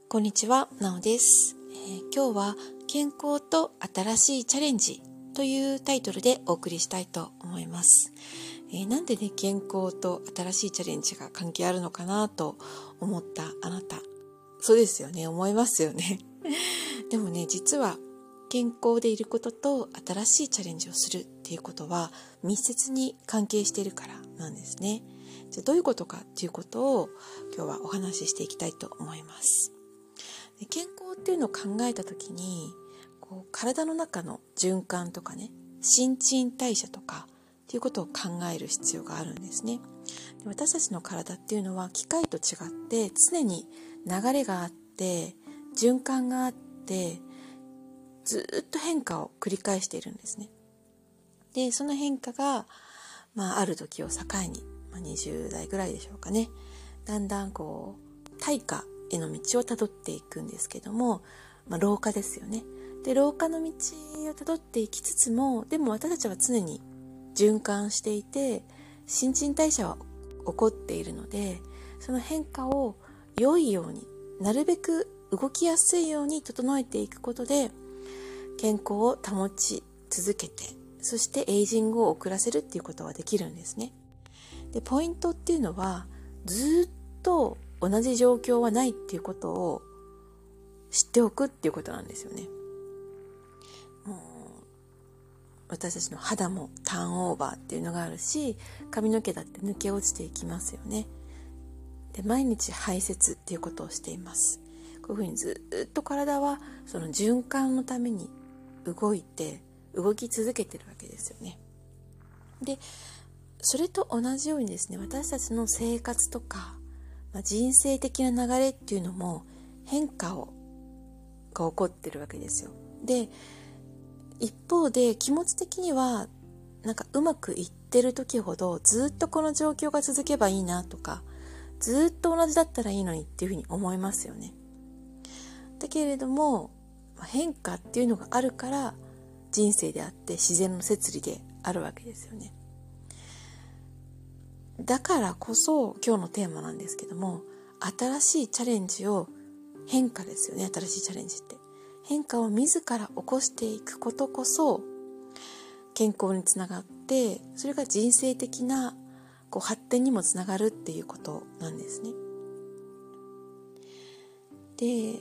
こんにちは、なおです。今日は健康と新しいチャレンジというタイトルでお送りしたいと思います。なんでね、健康と新しいチャレンジが関係あるのかなと思ったあなた。そうですよね、思いますよね。でもね、実は健康でいることと新しいチャレンジをするっていうことは密接に関係しているからなんですね。じゃあどういうことかっていうことを今日はお話ししていきたいと思います。健康っていうのを考えたときに、体の中の循環とかね、新陳代謝とかっていうことを考える必要があるんですね。で、私たちの体っていうのは機械と違って常に流れがあって循環があってずっと変化を繰り返しているんですね。で、その変化が、ある時を境に、20代ぐらいでしょうかね、だんだん退化への道をたどっていくんですけども、老化ですよね。で、老化の道をたどっていきつつも、でも私たちは常に循環していて新陳代謝は起こっているので、その変化を良いように、なるべく動きやすいように整えていくことで健康を保ち続けて、そしてエイジングを遅らせるっていうことができるんですね。で、ポイントっていうのは、ずっと同じ状況はないっていうことを知っておくっていうことなんですよね。私たちの肌もターンオーバーっていうのがあるし、髪の毛だって抜け落ちていきますよね。で、毎日排泄っていうことをしています。こういうふうにずっと体はその循環のために動き続けてるわけですよね。で、それと同じようにですね、私たちの生活とか、人生的な流れっていうのも変化が起こってるわけですよ。で、一方で気持ち的にはうまくいってる時ほどずっとこの状況が続けばいいなとか、ずっと同じだったらいいのにっていうふうに思いますよね。だけれども変化っていうのがあるから人生であって自然の摂理であるわけですよね。だからこそ今日のテーマなんですけども、新しいチャレンジを、変化ですよね。新しいチャレンジって変化を自ら起こしていくことこそ健康につながって、それが人生的な発展にもつながるっていうことなんですね。で、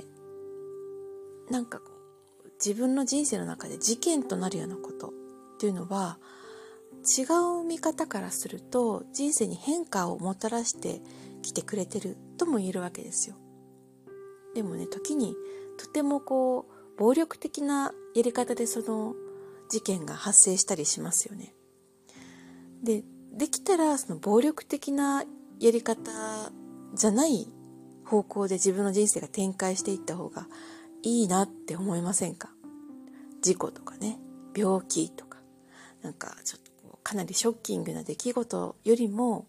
自分の人生の中で事件となるようなことっていうのは、違う見方からすると人生に変化をもたらしてきてくれてるとも言えるわけですよ。でもね、時にとても暴力的なやり方でその事件が発生したりしますよね。できたらその暴力的なやり方じゃない方向で自分の人生が展開していった方がいいなって思いませんか？事故とかね、病気とか、ちょっとかなりショッキングな出来事よりも、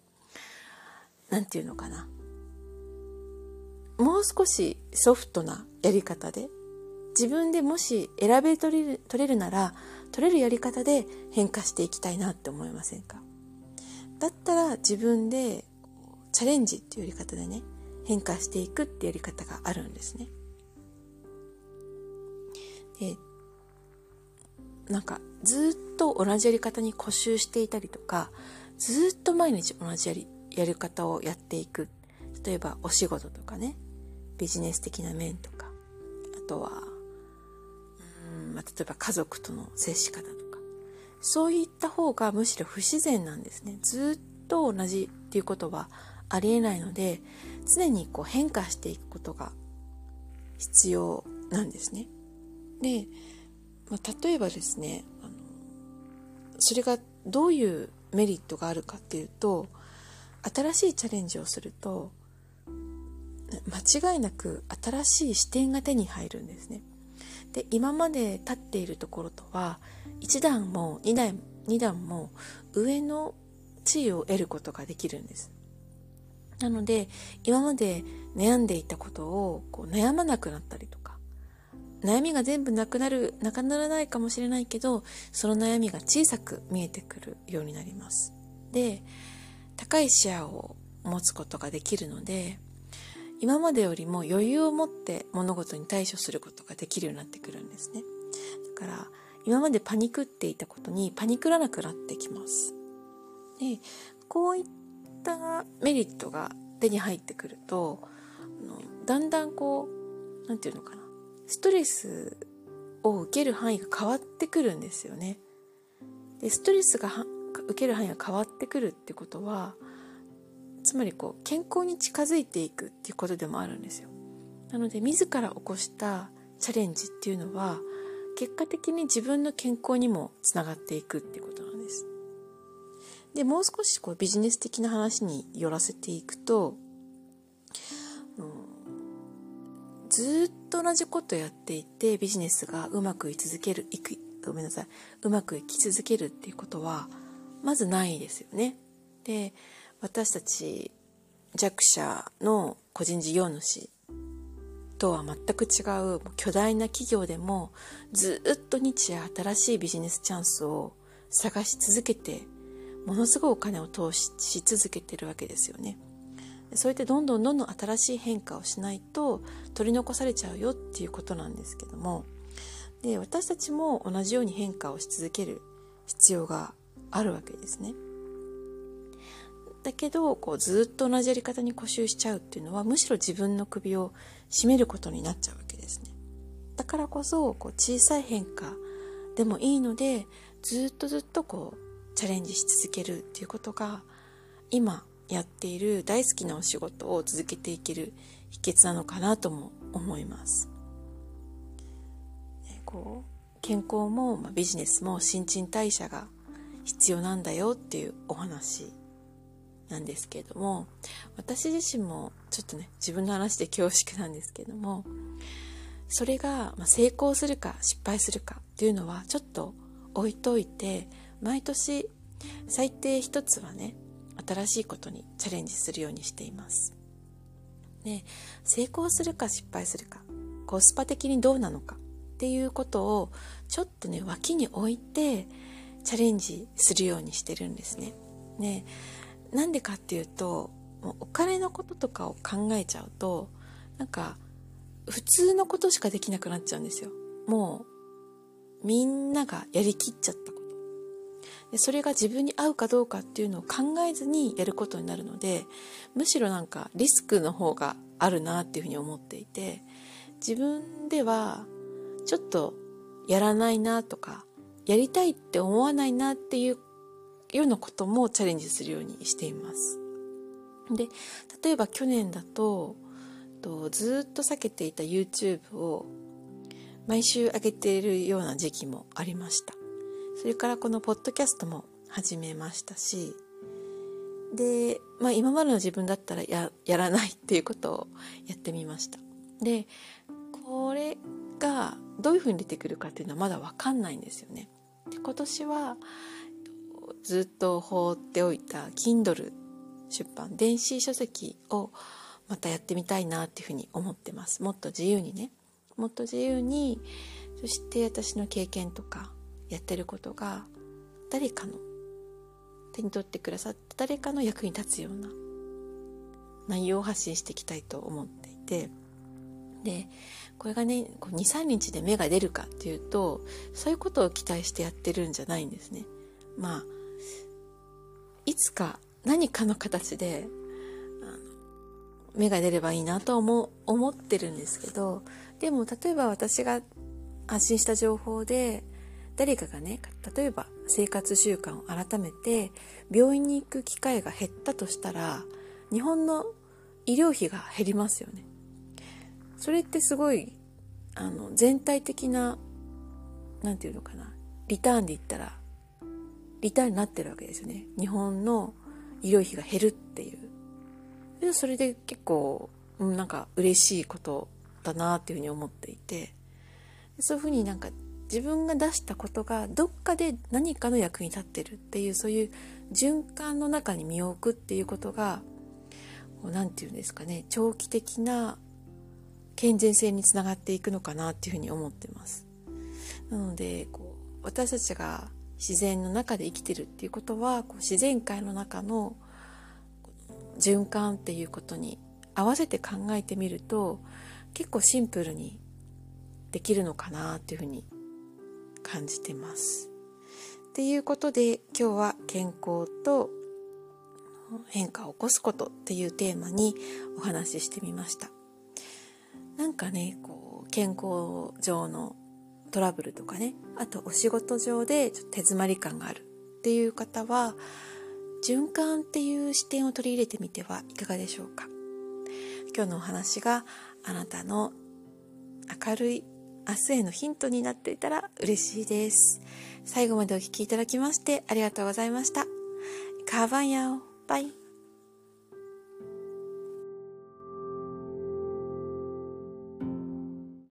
もう少しソフトなやり方で、自分でもし取れるなら取れるやり方で変化していきたいなって思いませんか？だったら自分でチャレンジっていうやり方でね、変化していくっていうやり方があるんですね。で、ずっと同じやり方に固執していたりとか、ずっと毎日同じやり方をやっていく。例えばお仕事とかね、ビジネス的な面とか、あとは例えば家族との接し方とか、そういった方がむしろ不自然なんですね。ずっと同じっていうことはありえないので、常に変化していくことが必要なんですね。で、例えばですね、それがどういうメリットがあるかっていうと、新しいチャレンジをすると間違いなく新しい視点が手に入るんですね。で、今まで立っているところとは1段も2段も上の地位を得ることができるんです。なので今まで悩んでいたことを悩まなくなったりとか、悩みが全部なくならないかもしれないけど、その悩みが小さく見えてくるようになります。で、高い視野を持つことができるので、 今までよりも余裕を持って物事に対処することができるようになってくるんですね。だから今までパニクっていたことにパニクらなくなってきます。で、こういったメリットが手に入ってくると、だんだんなんていうのかな、ストレスを受ける範囲が変わってくるんですよね。で、ストレスが受ける範囲が変わってくるってことは、つまり健康に近づいていくっていうことでもあるんですよ。なので自ら起こしたチャレンジっていうのは結果的に自分の健康にもつながっていくっていうことなんです。で、もう少しビジネス的な話に寄らせていくと、ずっと同じことやっていてビジネスがうまくいき続けるっていうことはまずないですよね。で、私たち弱者の個人事業主とは全く違う巨大な企業でもずっと日夜新しいビジネスチャンスを探し続けて、ものすごいお金を投資し続けてるわけですよね。そうやってどんどん新しい変化をしないと取り残されちゃうよっていうことなんですけども、で、私たちも同じように変化をし続ける必要があるわけですね。だけどずっと同じやり方に固執しちゃうっていうのは、むしろ自分の首を絞めることになっちゃうわけですね。だからこそ小さい変化でもいいので、ずっとチャレンジし続けるっていうことが、今やっている大好きなお仕事を続けていける秘訣なのかなとも思います。健康もビジネスも新陳代謝が必要なんだよっていうお話なんですけれども、私自身もちょっとね、自分の話で恐縮なんですけれども、それが成功するか失敗するかっていうのはちょっと置いといて、毎年最低一つはね、新しいことにチャレンジするようにしています。で、成功するか失敗するか、コスパ的にどうなのかっていうことをちょっとね、脇に置いてチャレンジするようにしてるんですね。ね、なんでかっていうと、もうお金のこととかを考えちゃうと、普通のことしかできなくなっちゃうんですよ。もうみんながやりきっちゃったことで、それが自分に合うかどうかっていうのを考えずにやることになるので、むしろリスクの方があるなっていうふうに思っていて、自分ではちょっとやらないなとか、やりたいって思わないなっていうようなこともチャレンジするようにしています。で、例えば去年だとずっと避けていた YouTube を毎週上げているような時期もありました。それからこのポッドキャストも始めましたし、で、今までの自分だったら やらないっていうことをやってみました。で、これがどういうふうに出てくるかっていうのはまだ分かんないんですよね。で、今年はずっと放っておいた Kindle 出版、電子書籍をまたやってみたいなっていうふうに思ってます。もっと自由にね、もっと自由に、そして私の経験とかやってることが誰かの手に取ってくださった誰かの役に立つような内容を発信していきたいと思っていて、で、これがね、2、3日で芽が出るかっていうと、そういうことを期待してやってるんじゃないんですね。いつか何かの形で芽が出ればいいなと思ってるんですけど、でも例えば私が発信した情報で誰かがね、例えば生活習慣を改めて病院に行く機会が減ったとしたら、日本の医療費が減りますよね。それってすごい全体的なリターンで言ったらリターンになってるわけですよね。日本の医療費が減るっていう。それで結構嬉しいことだなっていうふうに思っていて、そういうふうに自分が出したことがどっかで何かの役に立ってるっていう、そういう循環の中に身を置くっていうことが長期的な健全性につながっていくのかなっていうふうに思ってます。なので私たちが自然の中で生きてるっていうことは、自然界の中の循環っていうことに合わせて考えてみると結構シンプルにできるのかなっていうふうに感じてます。っていうことで今日は健康と変化を起こすことっていうテーマにお話ししてみました。なんかね、健康上のトラブルとかね、あとお仕事上でちょっと手詰まり感があるっていう方は、循環っていう視点を取り入れてみてはいかがでしょうか。今日のお話があなたの明るい明日へのヒントになっていたら嬉しいです。最後までお聞きいただきましてありがとうございました。カーバンヤオバイ。